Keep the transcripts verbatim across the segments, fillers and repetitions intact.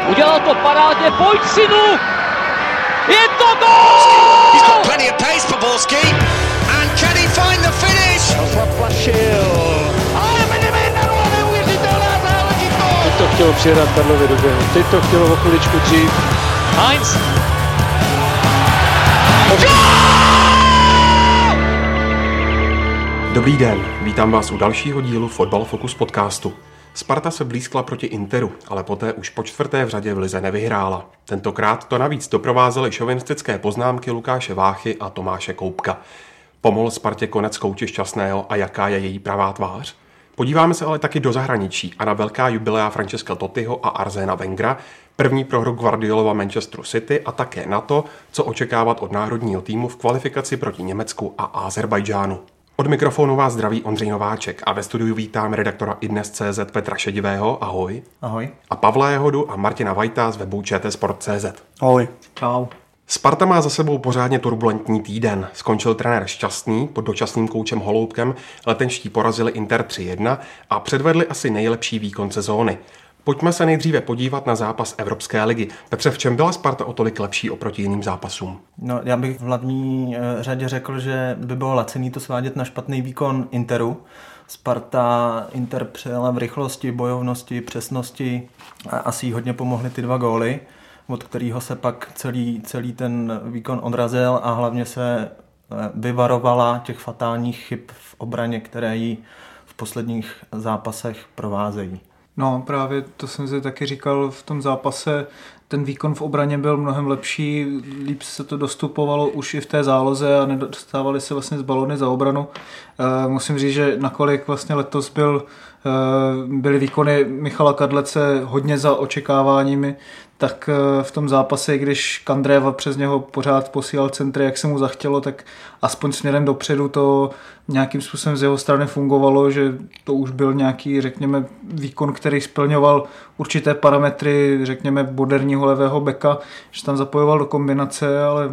Udělal to parádně, pojď synu! Je to gól! He's got plenty of pace for Borski. And can he find the finish? Zaplašil. Ale vedeme jedna nula, neuvěřitelná záležitost! Teď to chtělo přijedat Karlovi do běhu, teď to chtělo o chviličku dřív. Heinz! Dobrý den, vítám vás u dalšího dílu Fotbal Focus podcastu. Sparta se blízkla proti Interu, ale poté už po čtvrté v řadě v lize nevyhrála. Tentokrát to navíc doprovázely šovinistické poznámky Lukáše Váchy a Tomáše Koubka. Pomohl Spartě konec Kouti Šťastného a jaká je její pravá tvář? Podíváme se ale taky do zahraničí a na velká jubilea Francesca Tottiho a Arsena Wengera, první prohru Guardiolova Manchesteru City a také na to, co očekávat od národního týmu v kvalifikaci proti Německu a Azerbajdžánu. Od mikrofonu vás zdraví Ondřej Nováček a ve studiu vítám redaktora idnes tečka cé zet Petra Šedivého, ahoj. Ahoj. A Pavla Jehodu a Martina Vajta z webu č t sport tečka cé zet. Ahoj. Čau. Sparta má za sebou pořádně turbulentní týden. Skončil trenér Šťastný pod dočasným koučem Holoubkem, letenští porazili Inter tři jedna a předvedli asi nejlepší výkon sezóny. Pojďme se nejdříve podívat na zápas Evropské ligy. Petře, v čem byla Sparta o tolik lepší oproti jiným zápasům? No, já bych v hlavní řadě řekl, že by bylo laciný to svádět na špatný výkon Interu. Sparta Inter přejela v rychlosti, bojovnosti, přesnosti a asi jí hodně pomohly ty dva góly, od kterého se pak celý, celý ten výkon odrazil a hlavně se vyvarovala těch fatálních chyb v obraně, které jí v posledních zápasech provázejí. No, právě to jsem si taky říkal v tom zápase, ten výkon v obraně byl mnohem lepší, líp se to dostupovalo už i v té záloze a nedostávali se vlastně z balony za obranu. E, musím říct, že nakolik vlastně letos byl, e, byly výkony Michala Kadlece hodně za očekáváními, tak v tom zápase, když Kandreva přes něho pořád posílal centry, jak se mu zachtělo, tak aspoň směrem dopředu to nějakým způsobem z jeho strany fungovalo, že to už byl nějaký, řekněme, výkon, který splňoval určité parametry, řekněme, moderního levého beka, že tam zapojoval do kombinace, ale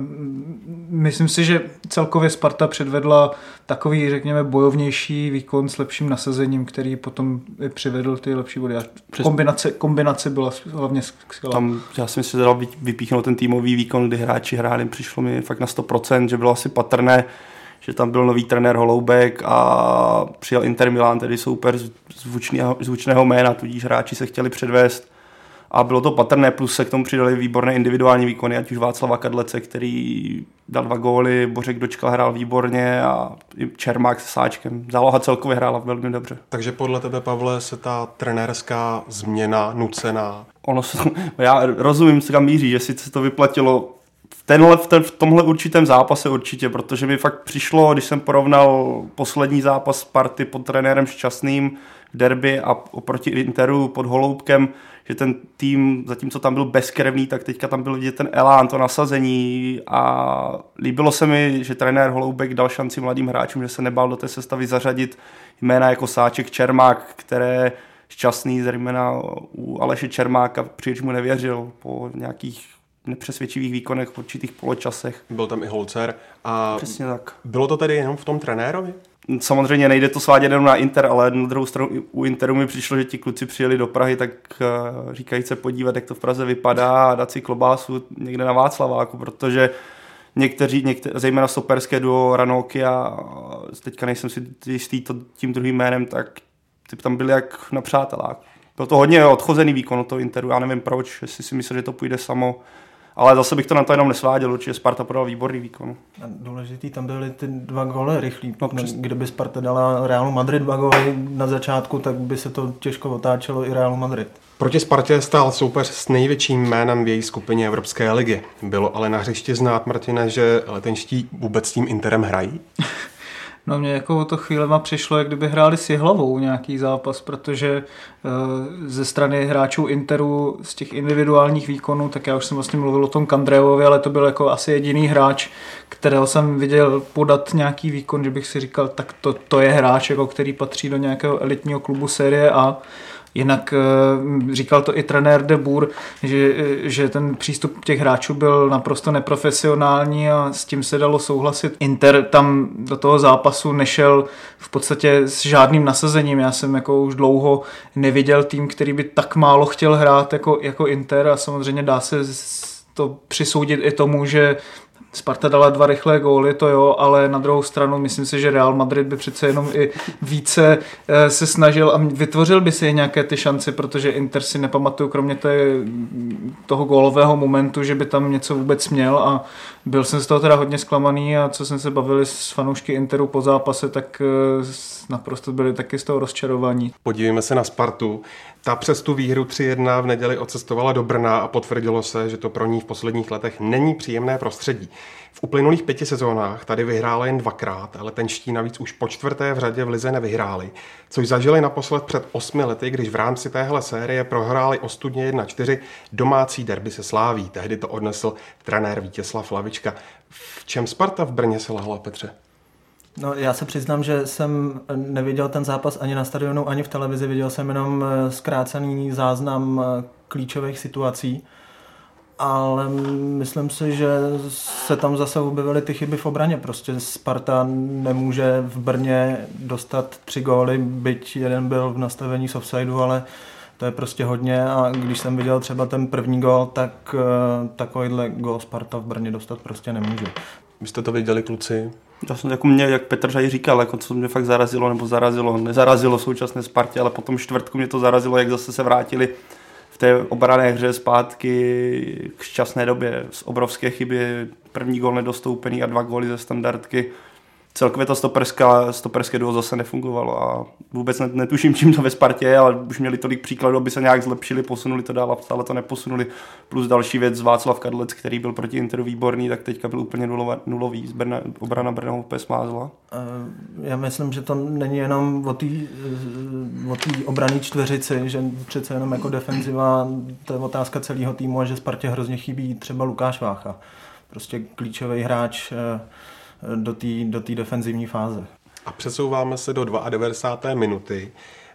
myslím si, že celkově Sparta předvedla takový, řekněme, bojovnější výkon s lepším nasazením, který potom přivedl ty lepší body. Kombinace, kombinace byla hlavně skvělá. Tam já si myslím, že dal vypíchnout ten týmový výkon, kdy hráči hráli, přišlo mi fakt na sto procent, že bylo asi patrné, že tam byl nový trenér Holoubek a přijel Inter Milan, tedy soupeř zvučného, zvučného jména, tudíž hráči se chtěli předvést a bylo to patrné, plus se k tomu přidali výborné individuální výkony, ať už Václava Kadlece, který dal dva góly, Bořek Dočkal hrál výborně a i Čermák s Sáčkem. Záloha celkově hrála velmi dobře. Takže podle tebe, Pavle, se ta trenérská změna nucená? Ono se, já rozumím, co kam míří, že sice to vyplatilo v, tenhle, v, ten, v tomhle určitém zápase určitě, protože mi fakt přišlo, když jsem porovnal poslední zápas Sparty pod trenérem Šťastným v derby a oproti Interu pod Holoubkem, že ten tým, zatímco tam byl bezkrevný, tak teďka tam byl vidět ten elán, to nasazení a líbilo se mi, že trenér Holoubek dal šanci mladým hráčům, že se nebál do té sestavy zařadit jména jako Sáček, Čermák, které Šťastný, zejména u Aleše Čermáka, příliš mu nevěřil po nějakých nepřesvědčivých výkonech v určitých poločasech. Byl tam i Holzer. A přesně tak. Bylo to tedy jenom v tom trenérovi? Samozřejmě nejde to svádět jenom na Inter, ale na druhou stranu u Interu mi přišlo, že ti kluci přijeli do Prahy, tak říkají se podívat, jak to v Praze vypadá a dát si klobásu někde na Václaváku, protože někteří, někteří zejména stoperské duo Ranocchi a teďka nejsem si jistý to, tím druhým jménem, tak ty tam byli jak na přátelák. Byl to hodně odchozený výkon od toho Interu, já nevím proč, jestli si myslel, že to půjde samo, ale zase bych to na to jenom nesváděl, určitě Sparta podala výborný výkon. A důležitý, tam byly ty dva góly rychlý. No, kdyby Sparta dala Realu Madrid dva góly na začátku, tak by se to těžko otáčelo i Realu Madrid. Proti Spartě stál soupeř s největším jménem v její skupině Evropské ligy. Bylo ale na hřišti znát, Martine, že letenští vůbec s tím Interem hrají? No mě jako to chvílema přišlo, jak kdyby hráli s Jihlavou nějaký zápas, protože ze strany hráčů Interu z těch individuálních výkonů, tak já už jsem vlastně mluvil o tom Kandrejovi, ale to byl jako asi jediný hráč, kterého jsem viděl podat nějaký výkon, že bych si říkal, tak to, to je hráč, jako který patří do nějakého elitního klubu série A. Jinak říkal to i trenér De Boer, že, že ten přístup těch hráčů byl naprosto neprofesionální a s tím se dalo souhlasit. Inter tam do toho zápasu nešel v podstatě s žádným nasazením. Já jsem jako už dlouho neviděl tým, který by tak málo chtěl hrát jako, jako Inter a samozřejmě dá se to přisoudit i tomu, že Sparta dala dva rychlé góly, to jo, ale na druhou stranu myslím si, že Real Madrid by přece jenom i více se snažil a vytvořil by si nějaké ty šance, protože Inter si nepamatuju, kromě té, toho gólového momentu, že by tam něco vůbec měl a byl jsem z toho teda hodně zklamaný a co jsem se bavili s fanoušky Interu po zápase, tak naprosto byli taky z toho rozčarovaní. Podívejme se na Spartu. Ta přes tu výhru tři jedna v neděli odcestovala do Brna a potvrdilo se, že to pro ní v posledních letech není příjemné prostředí. V uplynulých pěti sezónách tady vyhrála jen dvakrát, ale tenští navíc už po čtvrté v řadě v lize nevyhráli, což zažili naposled před osmi lety, když v rámci téhle série prohráli ostudně jedna čtyři domácí derby se Sláví. Tehdy to odnesl trenér Vítězslav Lavička. V čem Sparta v Brně se lahla, Petře? No, já se přiznám, že jsem neviděl ten zápas ani na stadionu, ani v televizi, viděl jsem jenom zkrácený záznam klíčových situací, ale myslím si, že se tam zase objevily ty chyby v obraně. Prostě Sparta nemůže v Brně dostat tři góly, byť jeden byl v nastavení z offsideu, ale to je prostě hodně a když jsem viděl třeba ten první gól, tak takovýhle gól Sparta v Brně dostat prostě nemůže. Vy jste to viděli, kluci? Já jsem jako mě, jak Petr Žaj říkal, jako co mě fakt zarazilo, nebo zarazilo, nezarazilo současné Spartě, ale potom čtvrtku mě to zarazilo, jak zase se vrátili v té obranné hře zpátky k šťastné době z obrovské chyby, první gól nedostoupený a dva góly ze standardky. Celkově to stoperská, stoperské duo zase nefungovalo a vůbec netuším, čím to ve Spartě je, ale už měli tolik příkladů, aby se nějak zlepšili, posunuli to dál a stále to neposunuli. Plus další věc, Václav Kadlec, který byl proti Interu výborný, tak teďka byl úplně nulový, z Brna, obrana Brna úplně smázla. Já myslím, že to není jenom o té o té obranné čtveřici, že přece jenom jako defenziva, to je otázka celého týmu a že Spartě hrozně chybí třeba Lukáš Vácha. Prostě klíčový hráč do té do té defenzivní fáze. A přesouváme se do devadesátá druhé minuty,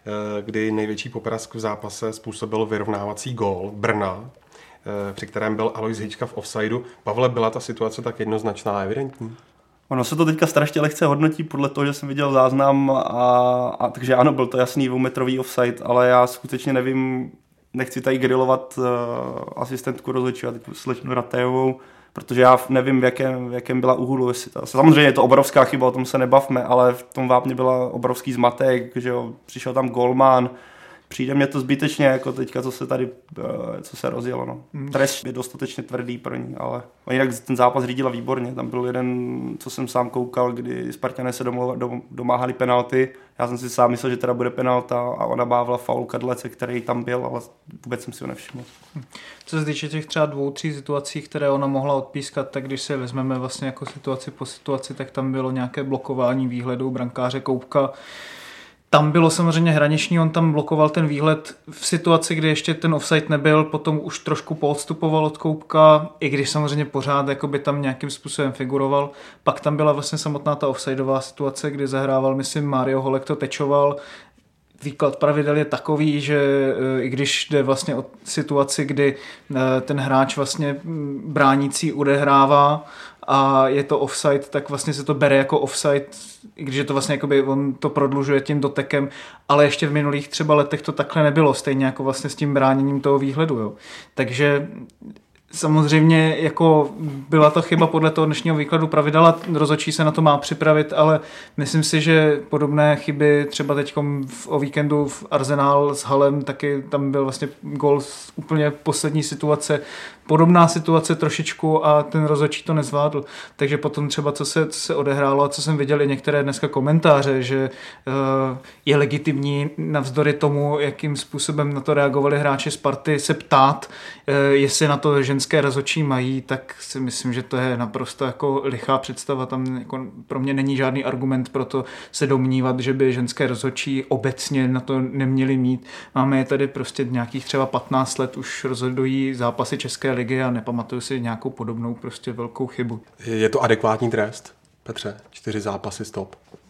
kdy největší poprask v zápase způsobil vyrovnávací gól Brna, při kterém byl Alois Hička v offsideu. Pavle, byla ta situace tak jednoznačná a evidentní? Ono se to teďka strašně lehce hodnotí podle toho, že jsem viděl záznam a, a takže ano, byl to jasný dvoumetrový offside, ale já skutečně nevím, nechci tady grilovat uh, asistentku rozhodčího, teď slečnu Ratejovou, protože já nevím, v jakém, v jakém byla úhlu. Samozřejmě je to obrovská chyba, o tom se nebavme, ale v tom vápně byla obrovský zmatek, že jo, přišel tam golman. Přijde mě to zbytečně, jako teďka, co se tady, co se rozjelo, no. Trest je dostatečně tvrdý pro ní, ale jinak ten zápas řídila výborně. Tam byl jeden, co jsem sám koukal, kdy Spartané se domáhali penalty. Já jsem si sám myslel, že teda bude penalta a ona bávla faul Kadlece, který tam byl, ale vůbec jsem si ho nevšiml. Co se týče těch třeba dvou, tří situací, které ona mohla odpískat, tak když se vezmeme vlastně jako situaci po situaci, tak tam bylo nějaké blokování výhledu brankáře Koubka. Tam bylo samozřejmě hraniční, on tam blokoval ten výhled v situaci, kdy ještě ten offside nebyl, potom už trošku poodstupoval od Koubka, i když samozřejmě pořád jakoby tam nějakým způsobem figuroval. Pak tam byla vlastně samotná ta offsideová situace, kdy zahrával, myslím, Mario Holek to tečoval. Výklad pravidel je takový, že i když jde vlastně o situaci, kdy ten hráč vlastně bránící odehrává a je to offside, tak vlastně se to bere jako offside, i když je to vlastně jakoby, on to prodlužuje tím dotekem, ale ještě v minulých třeba letech to takhle nebylo, stejně jako vlastně s tím bráněním toho výhledu. Jo. Takže samozřejmě jako byla to chyba podle toho dnešního výkladu pravidel a rozhodčí se na to má připravit, ale myslím si, že podobné chyby třeba teď o víkendu v Arsenal s Halem, taky tam byl vlastně gól z úplně poslední situace, podobná situace trošičku a ten rozhodčí to nezvládl. Takže potom třeba co se, co se odehrálo a co jsem viděl i některé dneska komentáře, že uh, je legitimní navzdory tomu, jakým způsobem na to reagovali hráči Sparty, se ptát, uh, jestli na to ženské rozhodčí mají, tak si myslím, že to je naprosto jako lichá představa. Tam jako pro mě není žádný argument pro to se domnívat, že by ženské rozhodčí obecně na to neměli mít. Máme je tady prostě nějakých třeba patnáct let, už rozhodují zápasy České ligy a nepamatuju si nějakou podobnou prostě velkou chybu. Je to adekvátní trest, Petře? Čtyři zápasy stop.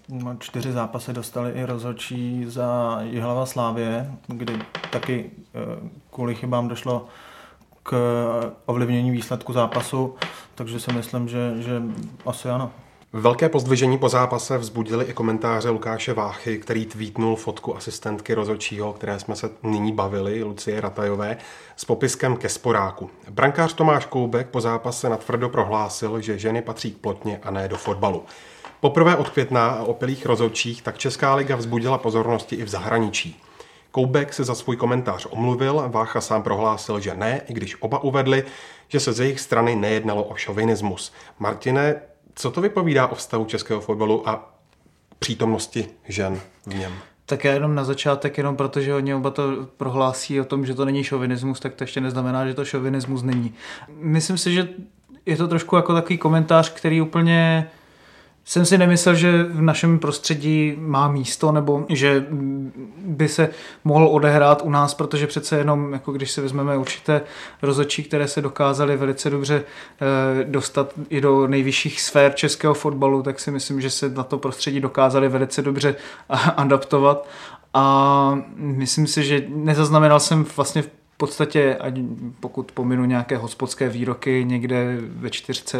No, čtyři zápasy dostali i rozhodčí za Jihlava Slávie, kdy taky kvůli chybám došlo k ovlivnění výsledku zápasu, takže si myslím, že, že asi ano. Velké pozdvižení po zápase vzbudili i komentáře Lukáše Váchy, který tweetnul fotku asistentky rozhodčího, které jsme se nyní bavili, Lucie Ratajové, s popiskem ke sporáku. Brankář Tomáš Koubek po zápase natvrdo prohlásil, že ženy patří k plotně a ne do fotbalu. Poprvé od května a opilých rozhodčích tak Česká liga vzbudila pozornosti i v zahraničí. Koubek se za svůj komentář omluvil, Vácha sám prohlásil, že ne, i když oba uvedli, že se z jejich strany nejednalo o šovinismus. Martine, co to vypovídá o vztahu českého fotbalu a přítomnosti žen v něm? Tak já jenom na začátek, jenom protože oni oba to prohlásí o tom, že to není šovinismus, tak to ještě neznamená, že to šovinismus není. Myslím si, že je to trošku jako takový komentář, který úplně jsem si nemyslel, že v našem prostředí má místo, nebo že by se mohl odehrát u nás, protože přece jenom, jako když si vezmeme určité rozhodčí, které se dokázaly velice dobře dostat i do nejvyšších sfér českého fotbalu, tak si myslím, že se na to prostředí dokázali velice dobře adaptovat. A myslím si, že nezaznamenal jsem vlastně v V podstatě, pokud pominu nějaké hospodské výroky někde ve čtyřce,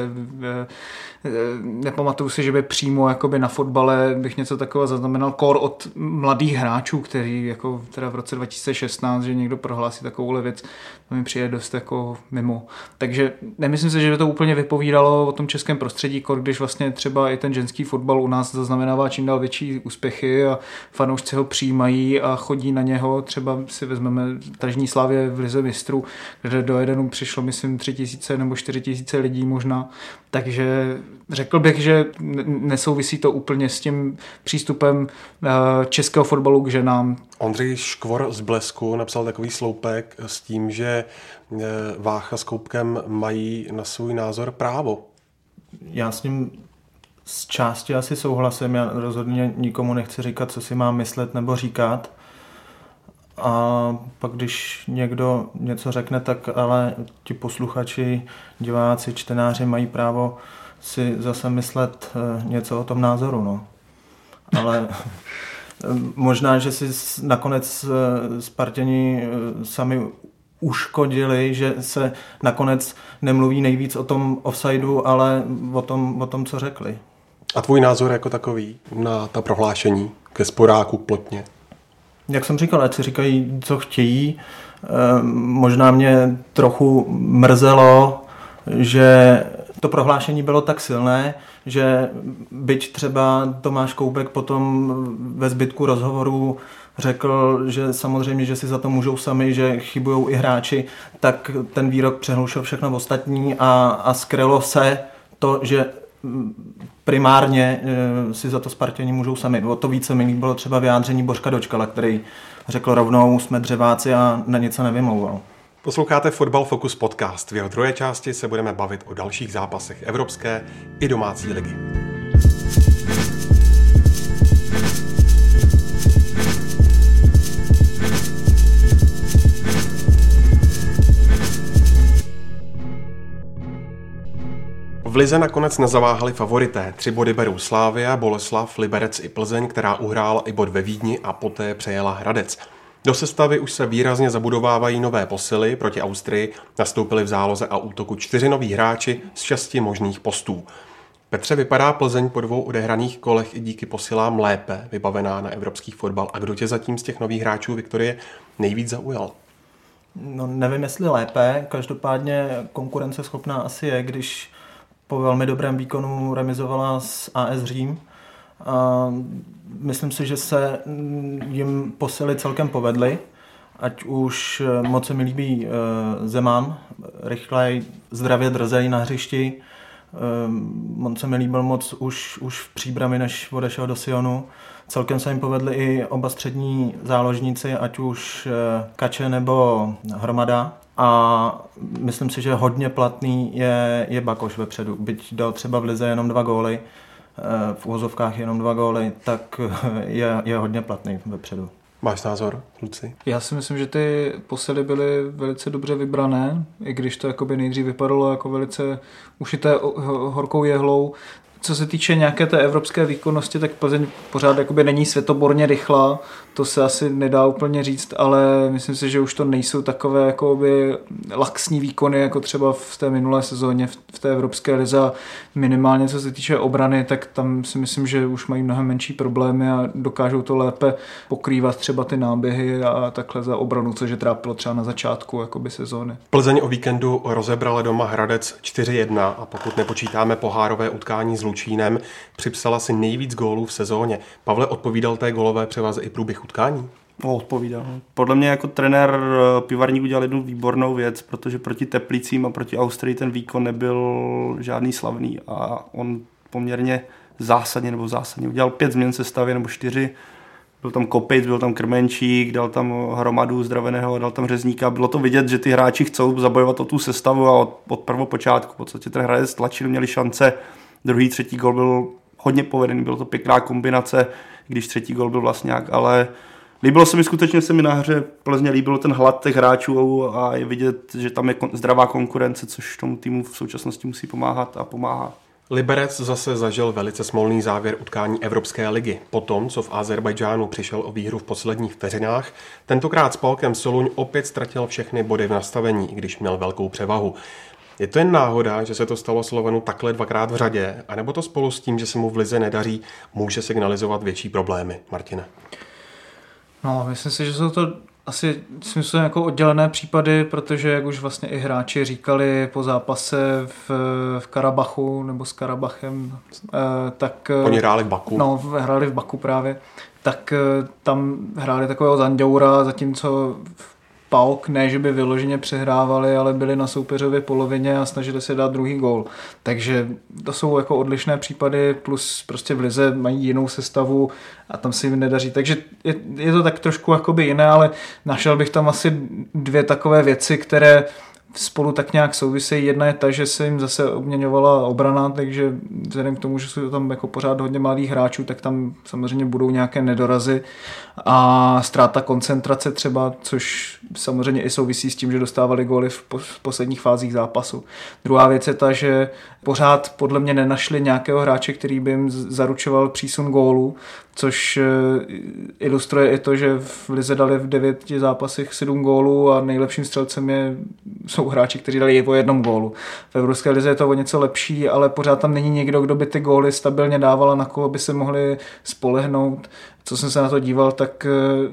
nepamatuju si, že by přímo jakoby na fotbale bych něco takového zaznamenal, kor od mladých hráčů, který jako teda v roce dva tisíce šestnáct, že někdo prohlásí takovouhle věc, to mi přijde dost jako mimo. Takže nemyslím si, že by to úplně vypovídalo o tom českém prostředí, kor když vlastně třeba i ten ženský fotbal u nás zaznamenává čím dál větší úspěchy a fanoušci ho přijímají a chodí na něho, třeba si vezmeme Tržní Slavě v Lize mistrů, kde do jednou přišlo, myslím, tři tisíce nebo čtyři tisíce lidí možná. Takže řekl bych, že nesouvisí to úplně s tím přístupem českého fotbalu k ženám. Ondřej Škvor z Blesku napsal takový sloupek s tím, že Vácha s Koubkem mají na svůj názor právo. Já s ním z části asi souhlasím, já rozhodně nikomu nechci říkat, co si mám myslet nebo říkat. A pak když někdo něco řekne, tak ale ti posluchači, diváci, čtenáři mají právo si zase myslet něco o tom názoru. No. Ale možná, že si nakonec Spartěni sami uškodili, že se nakonec nemluví nejvíc o tom offsideu, ale o tom, o tom, co řekli. A tvůj názor jako takový na ta prohlášení ke sporáku k plotně? Jak jsem říkal, ať si říkají, co chtějí. Možná mě trochu mrzelo, že to prohlášení bylo tak silné, že byť třeba Tomáš Koubek potom ve zbytku rozhovoru řekl, že samozřejmě, že si za to můžou sami, že chybujou i hráči, tak ten výrok přehlušil všechno ostatní a, a skrylo se to, že primárně si za to Spartěni můžou sami. O to více mi bylo třeba vyjádření Bořka Dočkala, který řekl rovnou, jsme dřeváci a na něco nevymlouval. Posloucháte Fotbal Focus podcast. V jeho druhé části se budeme bavit o dalších zápasech evropské i domácí ligy. V lize nakonec nezaváhali favorité. Tři body berou Slavia, Boleslav, Liberec i Plzeň, která uhrála i bod ve Vídni a poté přejela Hradec. Do sestavy už se výrazně zabudovávají nové posily, proti Austrii nastoupili v záloze a útoku čtyři noví hráči z šesti možných postů. Petře, vypadá Plzeň po dvou odehraných kolech i díky posilám lépe vybavená na evropský fotbal a kdo tě zatím z těch nových hráčů Viktorie nejvíc zaujal? No nevím, jestli lépe, každopádně konkurenceschopná asi je, když po velmi dobrém výkonu remizovala s A S Řím. A myslím si, že se jim posily celkem povedly, ať už moc se mi líbí Zeman, rychlej, zdravě drzej na hřišti. Moc se mi líbil moc už, už v Příbrami, než odešel do Sionu. Celkem se jim povedly i oba střední záložníci, ať už Kače nebo Hromada. A myslím si, že hodně platný je, je Bakoš vepředu. Byť dal třeba v lize jenom dva góly, v uvozovkách jenom dva góly, tak je, je hodně platný vepředu. Máš názor, Luci? Já si myslím, že ty posily byly velice dobře vybrané, i když to jakoby nejdřív vypadalo jako velice ušité horkou jehlou. co se týče nějaké té evropské výkonnosti, tak Plzeň pořád jakoby není světoborně rychlá, to se asi nedá úplně říct, ale myslím si, že už to nejsou takové jakoby laxní výkony, jako třeba v té minulé sezóně v té evropské lize. Minimálně co se týče obrany, tak tam si myslím, že už mají mnohem menší problémy a dokážou to lépe pokrývat třeba ty náběhy a takhle za obranu, což je trápilo třeba na začátku jakoby sezóny. Plzeň o víkendu rozebrala doma Hradec čtyři jedna a pokud nepočítáme pohárové utkání s Lučínem, připsala si nejvíc gólů v sezóně. Pavle, odpovídal té gólové převaze i průběh utkání? No, odpovídal. Podle mě jako trenér Pivarník udělal jednu výbornou věc, protože proti Teplicím a proti Austrii ten výkon nebyl žádný slavný a on poměrně zásadně nebo zásadně udělal pět změn sestavy nebo čtyři. Byl tam Kopic, byl tam Krmenčík, dal tam Hromadu Zdraveného, dal tam Řezníka. Bylo to vidět, že ty hráči chcou zabojovat o tu sestavu a od, od prvopočátku. V podstatě ten Hradec tlačil, měli šance. Druhý, třetí gol byl hodně povedený, bylo to pěkná kombinace, když třetí gol byl Vlastňák, ale líbilo se mi skutečně, se mi na hře Plzně líbilo ten hlad těch hráčů a je vidět, že tam je zdravá konkurence, což tomu týmu v současnosti musí pomáhat a pomáhá. Liberec zase zažil velice smolný závěr utkání Evropské ligy. Potom, co v Azerbajdžánu přišel o výhru v posledních vteřinách, tentokrát s Polkem Soluň opět ztratil všechny body v nastavení, i když měl velkou převahu. Je to jen náhoda, že se to stalo Slovenu takhle dvakrát v řadě, anebo to spolu s tím, že se mu v lize nedaří, může signalizovat větší problémy? Martine. No, myslím si, že jsou to asi smyslem jako oddělené případy, protože jak už vlastně i hráči říkali po zápase v, v Karabachu nebo s Karabachem, tak... Oni hráli v Baku. No, hráli v Baku právě. Tak tam hráli takového Zanďoura, zatímco Pauk, ne, že by vyloženě přehrávali, ale byli na soupeřově polovině a snažili se dát druhý gól. Takže to jsou jako odlišné případy, plus prostě v lize mají jinou sestavu a tam se jim nedaří. Takže je, je to tak trošku jakoby jiné, ale našel bych tam asi dvě takové věci, které spolu tak nějak souvisejí. Jedna je ta, že se jim zase obměňovala obrana, takže vzhledem k tomu, že jsou tam jako pořád hodně mladých hráčů, tak tam samozřejmě budou nějaké nedorazy a ztráta koncentrace třeba, což samozřejmě i souvisí s tím, že dostávali góly v posledních fázích zápasu. Druhá věc je ta, že pořád podle mě nenašli nějakého hráče, který by jim zaručoval přísun gólů, což ilustruje i to, že v lize dali v devěti zápasech sedm gólů a nejlepším střelcem je, jsou hráči, kteří dali po jednom gólu. V evropské lize je to o něco lepší, ale pořád tam není někdo, kdo by ty góly stabilně dával a na koho by se mohli spolehnout. Co jsem se na to díval, tak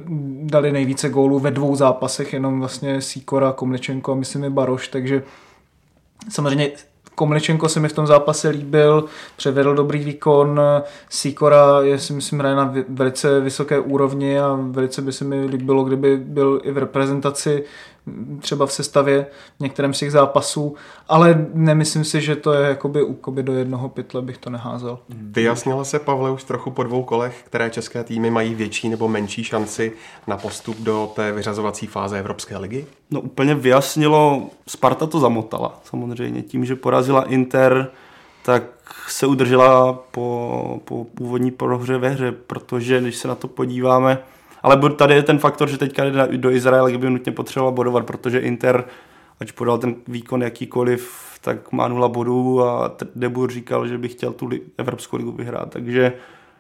dali nejvíce gólů ve dvou zápasech, jenom vlastně Sýkora, Komličenko a myslím i Baroš, takže samozřejmě Komličenko se mi v tom zápase líbil, předvedl dobrý výkon, Sýkora je si myslím hraje na velice vysoké úrovni a velice by se mi líbilo, kdyby byl i v reprezentaci, třeba v sestavě v některém z těch zápasů, ale nemyslím si, že to je jakoby úkoby do jednoho pytle, bych to neházel. Vyjasnila se, Pavle, už trochu po dvou kolech, které české týmy mají větší nebo menší šanci na postup do té vyřazovací fáze Evropské ligy? No úplně vyjasnilo, Sparta to zamotala samozřejmě, tím, že porazila Inter, tak se udržela po, po úvodní prohře ve hře, protože když se na to podíváme, ale tady je ten faktor, že teďka jde do Izraele, kde by nutně potřeboval bodovat, protože Inter, ať podal ten výkon jakýkoliv, tak má nula bodů a Debur říkal, že by chtěl tu Evropskou ligu vyhrát. Takže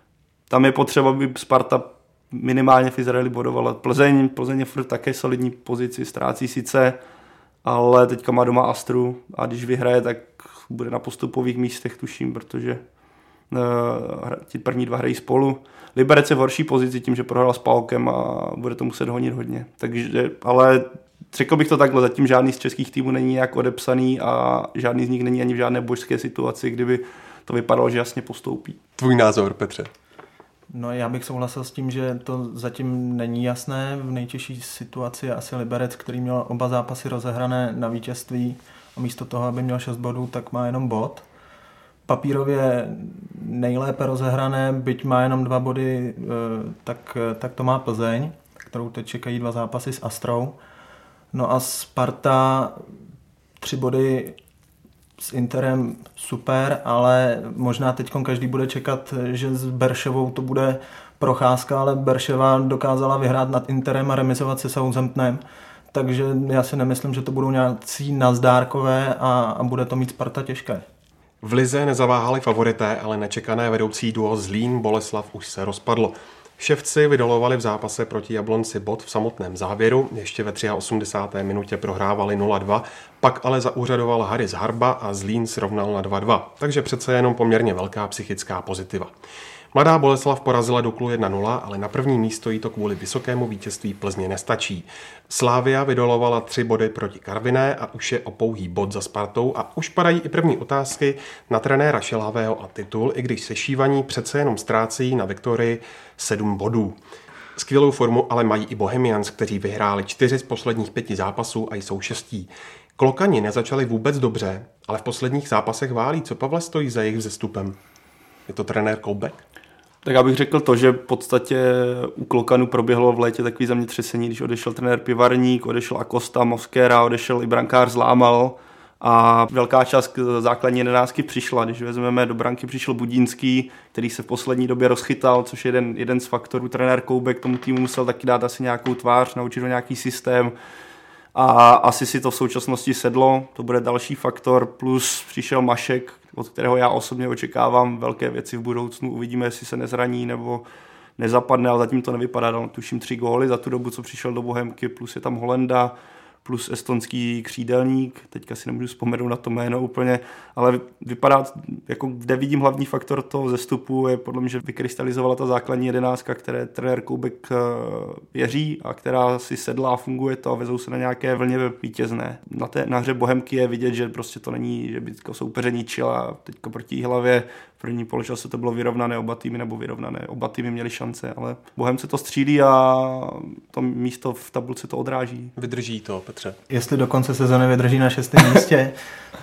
tam je potřeba, aby Sparta minimálně v Izraeli bodovala. Plzeň, Plzeň je furt také solidní pozici, ztrácí sice, ale teďka má doma Astru a když vyhraje, tak bude na postupových místech, tuším, protože uh, ti první dva hrají spolu. Liberec je v horší pozici tím, že prohrál s Palkem a bude to muset honit hodně. Takže, ale řekl bych to takhle, zatím žádný z českých týmů není nějak odepsaný a žádný z nich není ani v žádné božské situaci, kdyby to vypadalo, že jasně postoupí. Tvůj názor, Petře? No, já bych souhlasil s tím, že to zatím není jasné. V nejtěžší situaci je asi Liberec, který měl oba zápasy rozehrané na vítězství a místo toho, aby měl šest bodů, tak má jenom bod. Papírově nejlépe rozehrané, byť má jenom dva body, tak, tak to má Plzeň, kterou teď čekají dva zápasy s Astrou. No a Sparta tři body s Interem super, ale možná teď každý bude čekat, že s Berševou to bude procházka, ale Berševa dokázala vyhrát nad Interem a remizovat se Southamptonem. Takže já si nemyslím, že to budou nějací nazdárkové a, a bude to mít Sparta těžké. V lize nezaváhali favorité, ale nečekané vedoucí duo Zlín Boleslav už se rozpadlo. Ševci vydolovali v zápase proti Jablonci bod v samotném závěru, ještě ve osmdesáté třetí minutě prohrávali nula dva, pak ale zaúřadoval Haris Harba a Zlín srovnal na dva dva, takže přece jenom poměrně velká psychická pozitiva. Mladá Boleslav porazila Duklu jedna nula, ale na první místo jí to kvůli vysokému vítězství Plzně nestačí. Slavia vydolovala tři body proti Karviné a už je o pouhý bod za Spartou a už padají i první otázky na trenéra Šilhavého a titul, i když sešívaní přece jenom ztrácejí na Viktorii sedm bodů. Skvělou formu ale mají i Bohemians, kteří vyhráli čtyři z posledních pěti zápasů a jsou šestí. Klokani nezačali vůbec dobře, ale v posledních zápasech válí. Co, Pavle, stojí za jejich vzestupem? Je to trenér Koubek? Tak já bych řekl to, že v podstatě u Klokanu proběhlo v létě takový zemětřesení, když odešel trenér Pivarník, odešel Acosta, Mosquera, odešel i brankář Zlámal a velká část základní jedenáctky přišla. Když vezmeme, do branky přišel Budínský, který se v poslední době rozchytal, což je jeden, jeden z faktorů. Trenér Koubek tomu týmu musel taky dát asi nějakou tvář, naučit ho nějaký systém a asi si to v současnosti sedlo. To bude další faktor, plus přišel Mašek, od kterého já osobně očekávám velké věci v budoucnu. Uvidíme, jestli se nezraní nebo nezapadne, ale zatím to nevypadá. Dal tuším tři góly za tu dobu, co přišel do Bohemky, plus je tam Holenda, plus estonský křídelník, teďka si nemůžu vzpomenout na to jméno úplně, ale vypadá, jako kde vidím hlavní faktor toho zestupu, je podle mě, že vykrystalizovala ta základní jedenáctka, které trenér Koubek věří a která si sedla a funguje to a vezou se na nějaké vlně vítězné. Na té na hře Bohemky je vidět, že prostě to není, že by soupeře ničila teďka proti Jihlavě. První poločase to bylo vyrovnané oba týmy, nebo vyrovnané, oba týmy měli šance, ale Bohemce to střílí a to místo v tabulce to odráží. Vydrží to, Petře? Jestli do konce sezony vydrží na šestém místě,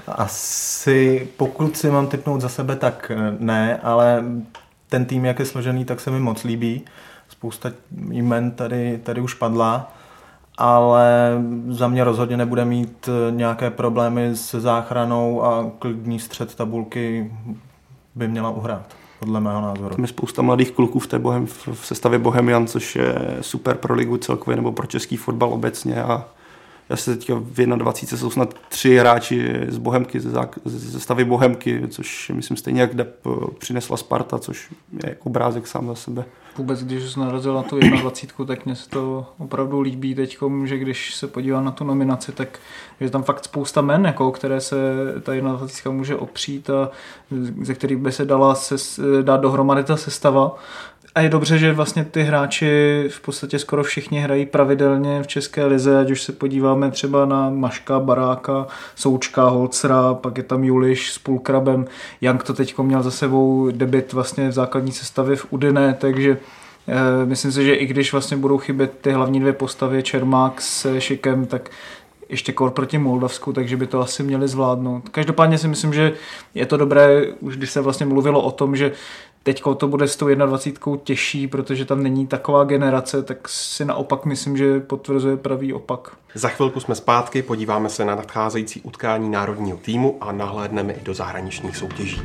asi pokud si mám tipnout za sebe, tak ne, ale ten tým, jak je složený, tak se mi moc líbí. Spousta jmen tady, tady už padla, ale za mě rozhodně nebude mít nějaké problémy se záchranou a klidný střed tabulky by měla uhrát, podle mého názoru. Tam je spousta mladých kluků v té Bohem, v sestavě Bohemian, což je super pro ligu celkově nebo pro český fotbal obecně a já se teďka v dvacet jedna jsou snad tři hráči z Bohemky, ze, ze stavy Bohemky, což myslím stejně jak Depp přinesla Sparta, což je jako obrázek sám za sebe. Vůbec, když jsem narazil na tu dvacet jedna, tak mně se to opravdu líbí teďkom, že když se podívám na tu nominaci, tak je tam fakt spousta men, jako, které se ta dvacet jedna může opřít a ze kterých by se dala se, dát dohromady ta sestava. A je dobře, že vlastně ty hráči v podstatě skoro všichni hrají pravidelně v české lize, ať už se podíváme třeba na Maška, Baráka, Součka, Holcera, pak je tam Juliš s Pulkrabem. Jank to teďko měl za sebou debut vlastně v základní sestavě v Udine, takže eh, myslím si, že i když vlastně budou chybět ty hlavní dvě postavy, Čermák s Šikem, tak ještě kor proti Moldavsku, takže by to asi měli zvládnout. Každopádně si myslím, že je to dobré, už když se vlastně mluvilo o tom, že teďko to bude s tou dvacet jedna těžší, protože tam není taková generace, tak si naopak myslím, že potvrzuje pravý opak. Za chvilku jsme zpátky, podíváme se na nadcházející utkání národního týmu a nahlédneme i do zahraničních soutěží.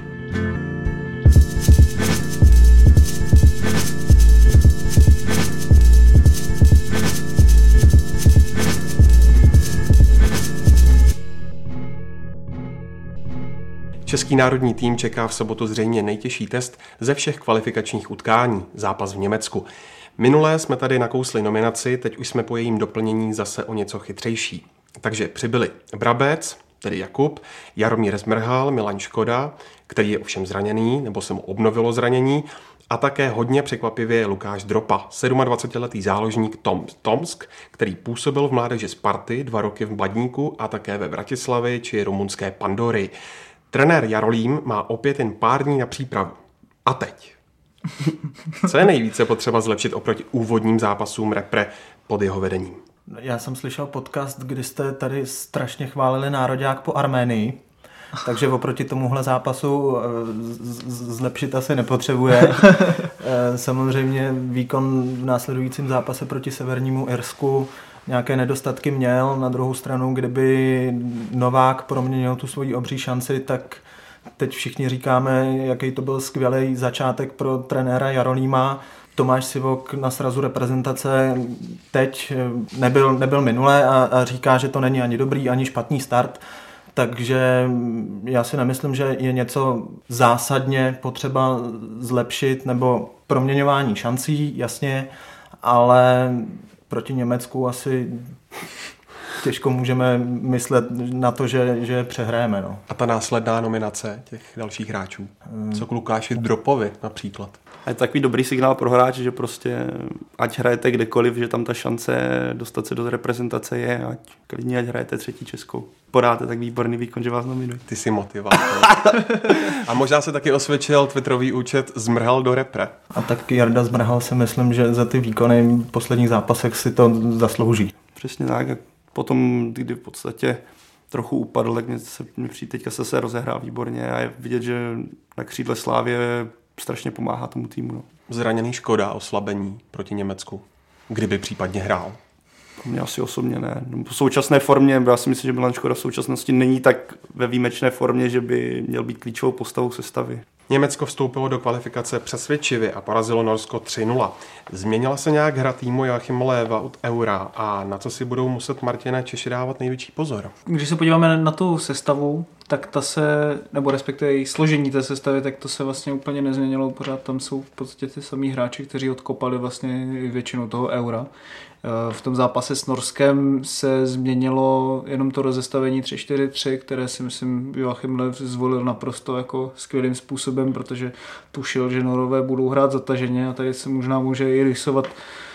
Český národní tým čeká v sobotu zřejmě nejtěžší test ze všech kvalifikačních utkání, zápas v Německu. Minulé jsme tady nakousli nominaci, teď už jsme po jejím doplnění zase o něco chytřejší. Takže přibyli Brabec, tedy Jakub, Jaromír Zmrhal, Milan Škoda, který je ovšem zraněný, nebo se mu obnovilo zranění, a také hodně překvapivě Lukáš Dropa, sedmadvacetiletý záložník Tom Tomsk, který působil v mládeži Sparty dva roky v Bladníku a také ve Vratislavi či rumunské Pandory. Trenér Jarolím má opět jen pár dní na přípravu. A teď? Co je nejvíce potřeba zlepšit oproti úvodním zápasům repre pod jeho vedením? Já jsem slyšel podcast, kdy jste tady strašně chválili nároďák po Arménii, takže oproti tomuhle zápasu zlepšit asi nepotřebuje. Samozřejmě výkon v následujícím zápase proti Severnímu Irsku nějaké nedostatky měl. Na druhou stranu, kdyby Novák proměnil tu svoji obří šanci, tak teď všichni říkáme, jaký to byl skvělý začátek pro trenéra Jarolíma. Tomáš Sivok na srazu reprezentace teď nebyl, nebyl minule a, a říká, že to není ani dobrý, ani špatný start. takže já si nemyslím, že je něco zásadně potřeba zlepšit nebo proměňování šancí, jasně, ale proti Německu asi těžko můžeme myslet na to, že, že přehrajeme. No. A ta následná nominace těch dalších hráčů? Co k Lukáši Dropovi například? A je to takový dobrý signál pro hráče, že prostě ať hrajete kdekoliv, že tam ta šance dostat se do reprezentace je, ať klidně ať hrajete třetí českou. Podáte tak výborný výkon, že vás nominují. Ty jsi motivátor. A možná se taky osvědčil twitterový účet Zmrhal do repre. A tak Jarda Zmrhal si myslím, že za ty výkony v posledních zápasech si to zaslouží. Přesně tak. Potom, kdy v podstatě trochu upadl, tak mě, se, mě přijde teďka se se rozehrál výborně a je vidět, že na křídle Slávě strašně pomáhá tomu týmu. No. Zraněný Škoda, oslabení proti Německu. Kdyby případně hrál? Mně asi osobně ne. No, v současné formě, já si myslím, že Milan Škoda v současnosti není tak ve výjimečné formě, že by měl být klíčovou postavou sestavy. Německo vstoupilo do kvalifikace přesvědčivě a porazilo Norsko tři nula. Změnila se nějak hra týmu Joachima Löwa od Eura a na co si budou muset Martina Češi dávat největší pozor? Když se podíváme na tu sestavu, tak ta se, nebo respektive její složení té sestavy, tak to se vlastně úplně nezměnilo. Pořád tam jsou v podstatě ty samý hráči, kteří odkopali vlastně většinu toho Eura. V tom zápase s Norskem se změnilo jenom to rozestavení tři čtyři tři, které si myslím Joachim Löw zvolil naprosto jako skvělým způsobem, protože tušil, že Norové budou hrát zataženě a tady se možná může i rýsovat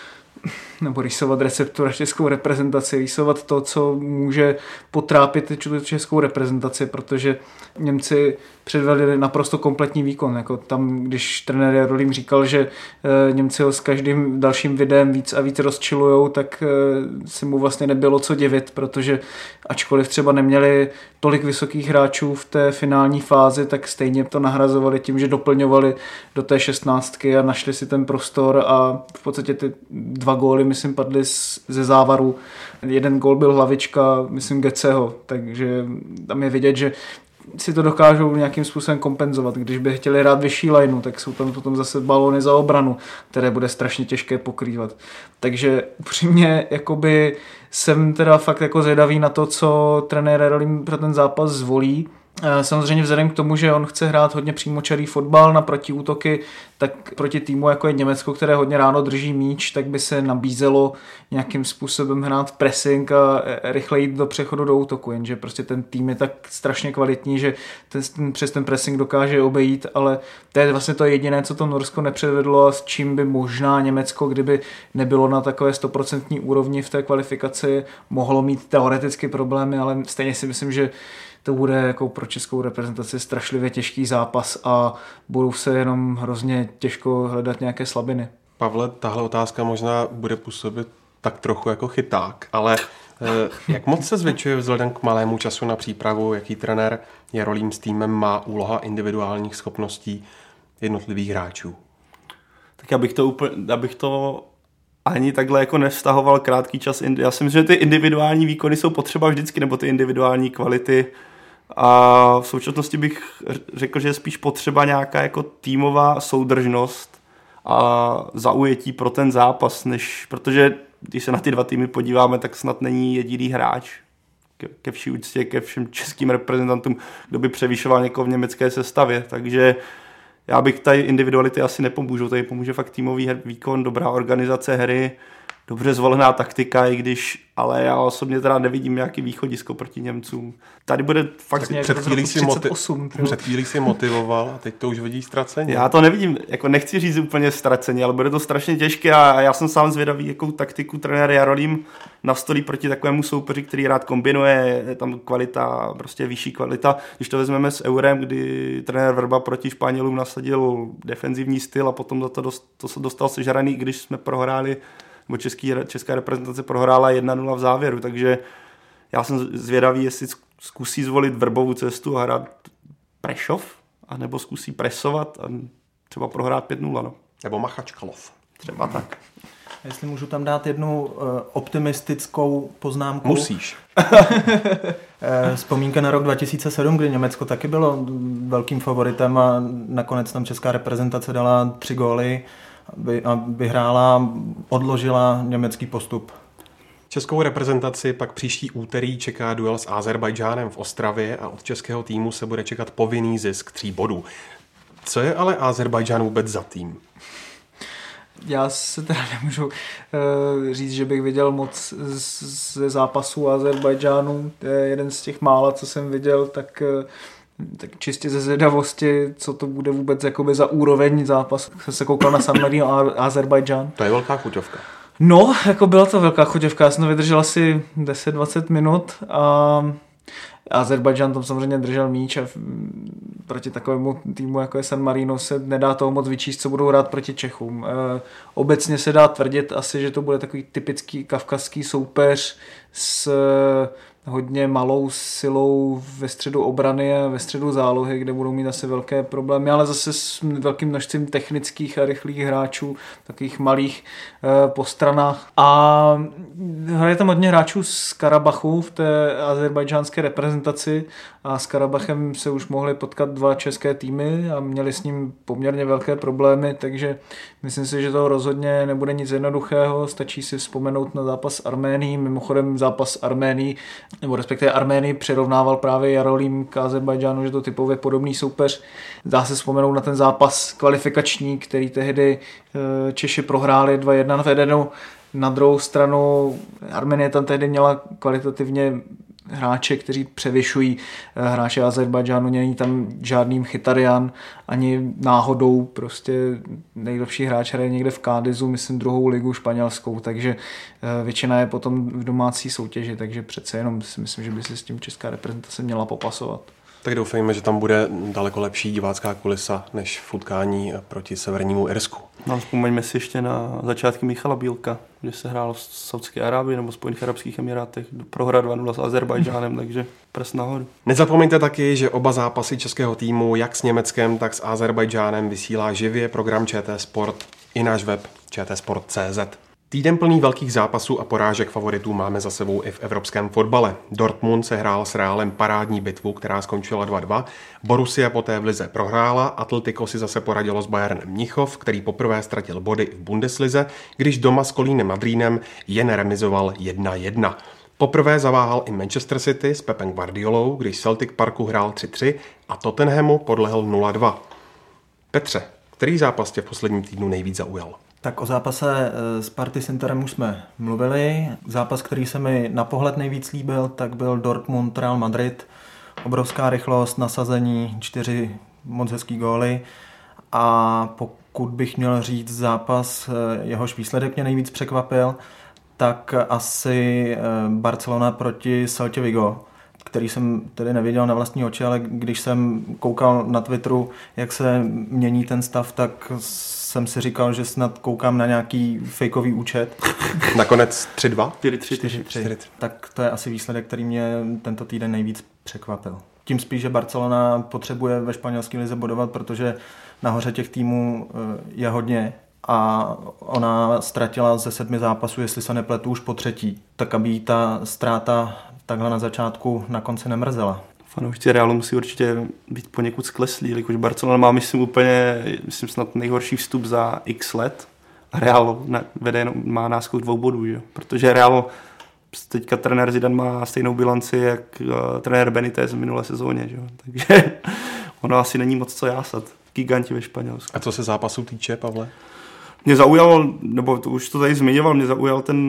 nebo rýsovat receptura českou reprezentaci, rýsovat to, co může potrápit českou reprezentaci, protože Němci předvedli naprosto kompletní výkon. Jako tam, když trenér Jarolím říkal, že e, Němci ho s každým dalším videem víc a víc rozčilujou, tak e, si mu vlastně nebylo co divit, protože ačkoliv třeba neměli tolik vysokých hráčů v té finální fázi, tak stejně to nahrazovali tím, že doplňovali do té šestnáctky a našli si ten prostor a v podstatě ty dva góly, myslím, padly ze závaru. Jeden gól byl hlavička, myslím, Geceho, takže tam je vidět, že si to dokážou nějakým způsobem kompenzovat. Když by chtěli hrát vyšší lineu, tak jsou tam potom zase balóny za obranu, které bude strašně těžké pokrývat. Takže upřímně jakoby jsem teda fakt jako zvědavý na to, co trenér Jarolím pro ten zápas zvolí. Samozřejmě vzhledem k tomu, že on chce hrát hodně přímočarý fotbal na protiútoky, tak proti týmu jako je Německo, které hodně ráno drží míč, tak by se nabízelo nějakým způsobem hrát pressing a rychle jít do přechodu do útoku, jenže prostě ten tým je tak strašně kvalitní, že ten, přes ten pressing dokáže obejít, ale to je vlastně to jediné, co to Norsko nepředvedlo a s čím by možná Německo, kdyby nebylo na takové stoprocentní úrovni v té kvalifikaci, mohlo mít teoreticky problémy, ale stejně si myslím, že to bude jako pro českou reprezentaci strašlivě těžký zápas a budou se jenom hrozně těžko hledat nějaké slabiny. Pavle, tahle otázka možná bude působit tak trochu jako chyták, ale eh, jak moc se zvětšuje vzhledem k malému času na přípravu, jaký trenér Jarolím s týmem má úloha individuálních schopností jednotlivých hráčů? Tak abych to úplně, abych to ani takhle jako nevztahoval krátký čas. Já si myslím, že ty individuální výkony jsou potřeba vždycky, nebo ty individuální kvality. A v současnosti bych řekl, že je spíš potřeba nějaká jako týmová soudržnost a zaujetí pro ten zápas, než, protože když se na ty dva týmy podíváme, tak snad není jediný hráč ke, ke vší úctě, ke všem českým reprezentantům, kdo by převyšoval někoho v německé sestavě, takže já bych tady individuality asi nepomůžu, tady pomůže fakt týmový výkon, dobrá organizace hry, dobře zvolená taktika, i když, ale já osobně teda nevidím nějaký východisko proti Němcům. Tady bude fakt... Tak před chvílí si, motiv- před chvílí si motivoval a teď to už vidíš ztraceně. Já to nevidím, jako nechci říct úplně ztraceně, ale bude to strašně těžké a já jsem sám zvědavý, jakou taktiku trenér Jarolím nastolí proti takovému soupeři, který rád kombinuje, je tam kvalita, prostě vyšší kvalita. Když to vezmeme s Eurem, kdy trenér Vrba proti Španělům nasadil defenzivní styl a potom za to, dost, to se dostal sežraný, když jsme prohráli nebo český, česká reprezentace prohrála jedna nula v závěru, takže já jsem zvědavý, jestli zkusí zvolit Vrbovou cestu a hrát Prešov, anebo zkusí presovat a třeba prohrát pět nula. No. Nebo Machačkalov. Třeba tak. Jestli můžu tam dát jednu uh, optimistickou poznámku. Musíš. Vzpomínka na rok dva tisíce sedm, kdy Německo taky bylo velkým favoritem a nakonec tam česká reprezentace dala tři góly a vyhrála, odložila německý postup. Českou reprezentaci pak příští úterý čeká duel s Azerbajdžánem v Ostravě a od českého týmu se bude čekat povinný zisk tří bodů. Co je ale Azerbajdžán vůbec za tým? Já se teda nemůžu uh, říct, že bych viděl moc ze zápasů Azerbajdžánu. To je jeden z těch mála, co jsem viděl, tak, uh, tak čistě ze zvědavosti, co to bude vůbec jakoby za úroveň zápas. Jsem se koukal na San Marino a Azerbajdžán. To je velká chuťovka. No, jako byla to velká chuťovka. Já jsem to vydržel asi deset dvacet minut a Azerbajdžán tam samozřejmě držel míč a proti takovému týmu, jako je San Marino, se nedá toho moc vyčíst, co budou hrát proti Čechům. E, obecně se dá tvrdit asi, že to bude takový typický kavkazský soupeř s hodně malou silou ve středu obrany a ve středu zálohy, kde budou mít asi velké problémy, ale zase s velkým množstvím technických a rychlých hráčů, takových malých e, po stranách. A hraje tam hodně hráčů z Karabachu v té azerbajdžánské reprezentaci a s Karabachem se už mohli potkat dva české týmy a měli s ním poměrně velké problémy, takže myslím si, že to rozhodně nebude nic jednoduchého, stačí si vzpomenout na zápas s Arménií, mimochodem zápas s Arménií, nebo respektive Arménii přirovnával právě Jarolím k Azerbajdžánu, že to typově podobný soupeř. Dá se vzpomenout na ten zápas kvalifikační, který tehdy Češi prohráli dva jedna na vedenu. Na druhou stranu Arménie tam tehdy měla kvalitativně hráče, kteří převyšují hráče Azerbajdžánu, není tam žádný Mkhitaryan, ani náhodou prostě nejlepší hráč hraje někde v Cádizu, myslím druhou ligu španělskou, takže většina je potom v domácí soutěži, takže přece jenom si myslím, že by se s tím česká reprezentace měla popasovat. Tak doufejme, že tam bude daleko lepší divácká kulisa než v utkání proti Severnímu Irsku. No, vzpomeňme si ještě na začátky Michala Bílka, kde se hrálo v Saudské Arábii nebo Spojených arabských emirátech, prohra dva nula s Azerbajdžánem, takže prst nahoru. Nezapomeňte taky, že oba zápasy českého týmu, jak s Německem, tak s Azerbajdžánem, vysílá živě program ČT Sport i náš web č t sport tečka cé zet. Týden plný velkých zápasů a porážek favoritů máme za sebou i v evropském fotbale. Dortmund se hrál s Realem parádní bitvu, která skončila dva dva. Borussia poté v lize prohrála, Atletico si zase poradilo s Bayernem Mnichov, který poprvé ztratil body v Bundeslize, když doma s Kolínem Madrínem jen remizoval jedna jedna. Poprvé zaváhal i Manchester City s Pepem Guardiolou, když Celtic Parku hrál tři tři a Tottenhamu podlehl nula dva. Petře, který zápas tě v posledním týdnu nejvíc zaujal? Tak o zápase Sparty s Interem už jsme mluvili. Zápas, který se mi na pohled nejvíc líbil, tak byl Dortmund Real Madrid. Obrovská rychlost, nasazení, čtyři moc hezký góly. A pokud bych měl říct zápas, jehož výsledek mě nejvíc překvapil, tak asi Barcelona proti Celtě Vigo, který jsem tedy neviděl na vlastní oči, ale když jsem koukal na Twitteru, jak se mění ten stav, tak jsem si říkal, že snad koukám na nějaký fejkový účet. Nakonec tři dva? čtyři tři. Tak to je asi výsledek, který mě tento týden nejvíc překvapil. Tím spíš, že Barcelona potřebuje ve španělské lize bodovat, protože nahoře těch týmů je hodně a ona ztratila ze sedmi zápasů, jestli se nepletu, už po třetí. Tak aby jí ta ztráta takhle na začátku na konci nemrzela. Fanoušci Realu musí určitě být poněkud skleslí, jelikož Barcelona má, myslím, úplně, myslím, snad nejhorší vstup za x let. A Real vede jenom, má náskok dvou bodů, že? Protože Real, teďka trenér Zidane má stejnou bilanci, jak uh, trenér Benitez v minulé sezóně, že? Takže ono asi není moc co jásat. Giganti ve Španělsku. A co se zápasu týče, Pavle? Mě zaujal, nebo to, už to tady zmiňoval, mě zaujal ten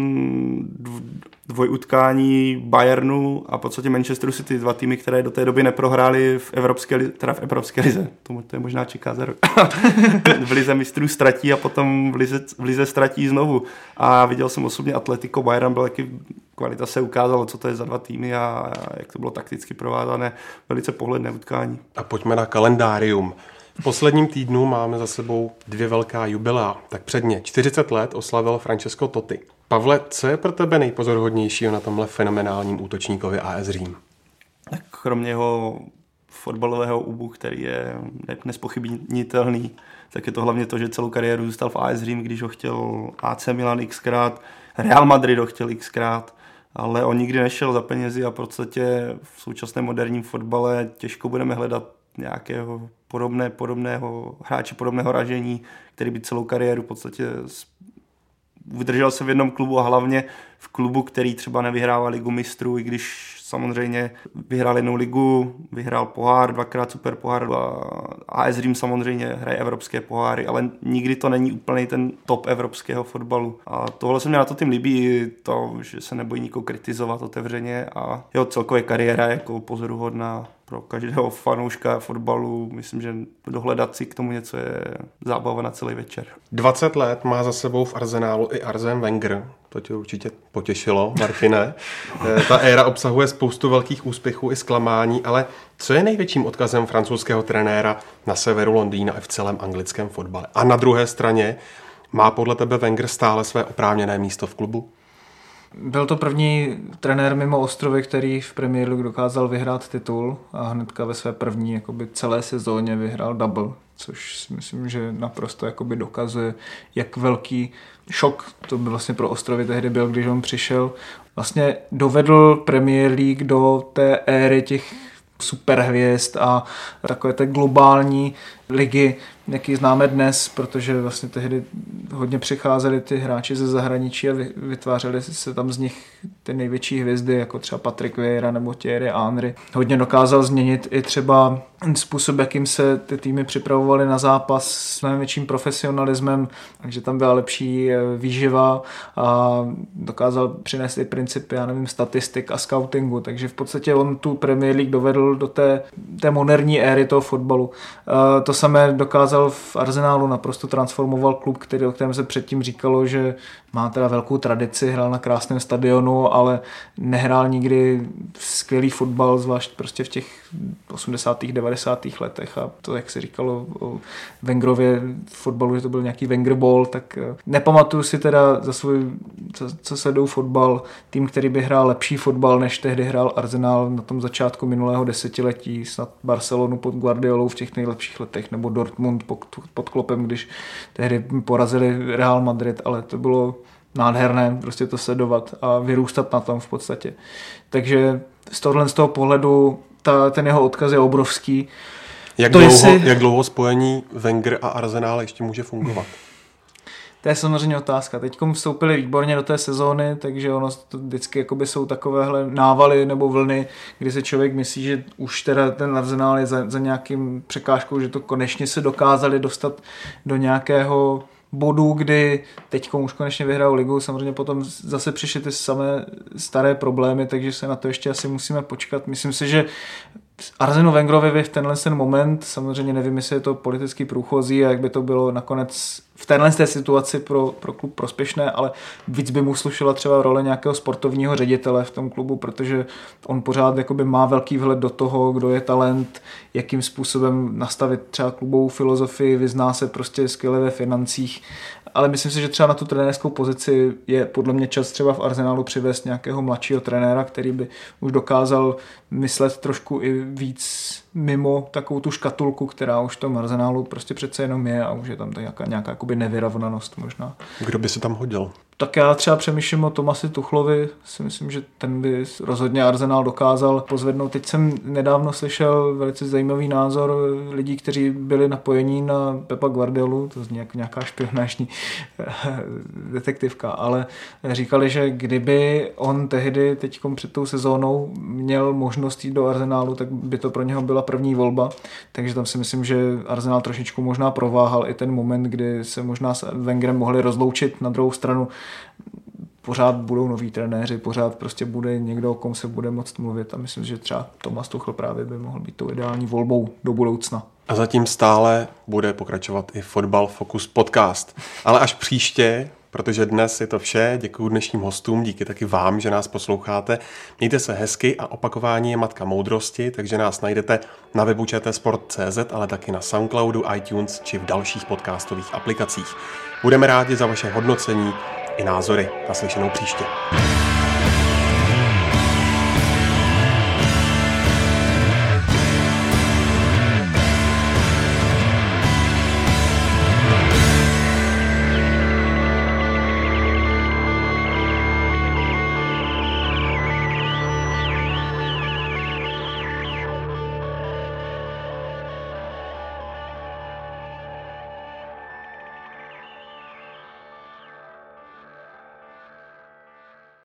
dvojutkání Bayernu a v podstatě Manchesteru City, dva týmy, které do té doby neprohrály v evropské, teda v evropské lize. To, to je možná čeká za rok. V lize mistrů ztratí a potom v lize, v lize ztratí znovu. A viděl jsem osobně Atletico Bayern, byl taky kvalita, se ukázalo, co to je za dva týmy a, a jak to bylo takticky provázané. Velice pohledné utkání. A pojďme na kalendárium. V posledním týdnu máme za sebou dvě velká jubilea. Tak předně čtyřicet let oslavil Francesco Totti. Pavle, co je pro tebe nejpozoruhodnějšího na tomhle fenomenálním útočníkovi A S Řím? Tak kromě jeho fotbalového úbu, který je nespochybnitelný, tak je to hlavně to, že celou kariéru zůstal v A S Řím, když ho chtěl A C Milan xkrát, Real Madrid ho chtěl xkrát, ale on nikdy nešel za penězi a v podstatě v současném moderním fotbale těžko budeme hledat nějakého podobné, podobného hráče, podobného ražení, který by celou kariéru v podstatě vydržel se v jednom klubu a hlavně v klubu, který třeba nevyhrává ligu mistrů, i když samozřejmě vyhrál jednou ligu, vyhrál pohár, dvakrát super pohár a á es Řím samozřejmě hraje evropské poháry, ale nikdy to není úplně ten top evropského fotbalu. A tohle se mě na to tým líbí, to, že se nebojí nikoho kritizovat otevřeně a jeho celkově kariéra je jako pozoruhodná pro každého fanouška fotbalu. Myslím, že dohledat si k tomu něco je zábava na celý večer. dvacet let má za sebou v Arsenálu i Arsène Wenger. To tě určitě potěšilo, Martine. Ta éra obsahuje spoustu velkých úspěchů i zklamání, ale co je největším odkazem francouzského trenéra na severu Londýna i v celém anglickém fotbale? A na druhé straně, má podle tebe Wenger stále své oprávněné místo v klubu? Byl to první trenér mimo ostrovy, který v Premier League dokázal vyhrát titul a hnedka ve své první jakoby, celé sezóně vyhrál double, což si myslím, že naprosto jakoby, dokazuje, jak velký šok to byl vlastně pro ostrovy tehdy byl, když on přišel. Vlastně dovedl Premier League do té éry těch superhvězd a takové té globální ligy, jaký známe dnes, protože vlastně tehdy hodně přicházeli ty hráči ze zahraničí a vytvářeli se tam z nich ty největší hvězdy, jako třeba Patrick Vieira nebo Thierry Henry. Hodně dokázal změnit i třeba způsob, jakým se ty týmy připravovaly na zápas s největším profesionalismem, takže tam byla lepší výživa a dokázal přinést i principy, já nevím, statistik a scoutingu, takže v podstatě on tu Premier League dovedl do té, té moderní éry toho fotbalu. To samé dokázal v Arsenálu, naprosto transformoval klub, který, o kterém se předtím říkalo, že má teda velkou tradici, hrál na krásném stadionu, ale nehrál nikdy skvělý fotbal, zvlášť prostě v těch osmdesátých devadesátých letech a to, jak se říkalo o Wengerově fotbalu, že to byl nějaký Wenger ball, tak nepamatuju si teda za svůj, co, co sleduju fotbal, tým, který by hrál lepší fotbal, než tehdy hrál Arsenal na tom začátku minulého desetiletí, snad Barcelonu pod Guardiolou v těch nejlepších letech, nebo Dortmund pod, pod Kloppem, když tehdy porazili Real Madrid, ale to bylo nádherné prostě to sledovat a vyrůstat na tom v podstatě. Takže z tohohle z toho pohledu ta, ten jeho odkaz je obrovský. Jak, to dlouho, jestli... jak dlouho spojení Wenger a Arsenal ještě může fungovat? To je samozřejmě otázka. Teďkom vstoupili výborně do té sezóny, takže ono to vždycky jakoby jsou takovéhle návaly nebo vlny, kdy se člověk myslí, že už teda ten Arsenal je za, za nějakým překážkou, že to konečně se dokázali dostat do nějakého bodu, kdy teď už konečně vyhrajou ligu, samozřejmě potom zase přišly ty samé staré problémy, takže se na to ještě asi musíme počkat. Myslím si, že Arsenu Wengerovi v tenhle ten moment, samozřejmě nevím, jestli je to politický průchozí a jak by to bylo nakonec v téhle té situaci pro, pro klub prospěšné, ale víc by mu slušela třeba role nějakého sportovního ředitele v tom klubu, protože on pořád jakoby má velký vhled do toho, kdo je talent, jakým způsobem nastavit třeba klubovou filozofii, vyzná se prostě skvěle ve financích, ale myslím si, že třeba na tu trenérskou pozici je podle mě čas třeba v Arsenálu přivést nějakého mladšího trenéra, který by už dokázal myslet trošku i víc mimo takovou tu škatulku, která už v tom Arsenálu prostě přece jenom je a už je tam nějaká, nějaká jakoby nevyrovnanost možná. Kdo by se tam hodil? Tak já třeba přemýšlím o Tomasi Tuchlovi, si myslím, že ten by rozhodně Arsenal dokázal pozvednout. Teď jsem nedávno slyšel velice zajímavý názor lidí, kteří byli napojení na Pepa Guardiolu, to zní jako nějaká špionážní detektivka, ale říkali, že kdyby on tehdy teďkom před tou sezónou měl možnost jít do Arsenalu, tak by to pro něho byla první volba, takže tam si myslím, že Arsenal trošičku možná prováhal i ten moment, kdy se možná s Wengerem mohli rozloučit. Na druhou stranu pořád budou noví trenéři, pořád prostě bude někdo, o kom se bude moct mluvit a myslím, že třeba Thomas Tuchel právě by mohl být tou ideální volbou do budoucna. A zatím stále bude pokračovat i Fotbal Focus podcast. Ale až příště, protože dnes je to vše. Děkuji dnešním hostům, díky taky vám, že nás posloucháte. Mějte se hezky a opakování je matka moudrosti, takže nás najdete na webu č t sport tečka c z, ale taky na Soundcloudu, iTunes či v dalších podcastových aplikacích. Budeme rádi za vaše hodnocení i názory. Naslyšenou příště.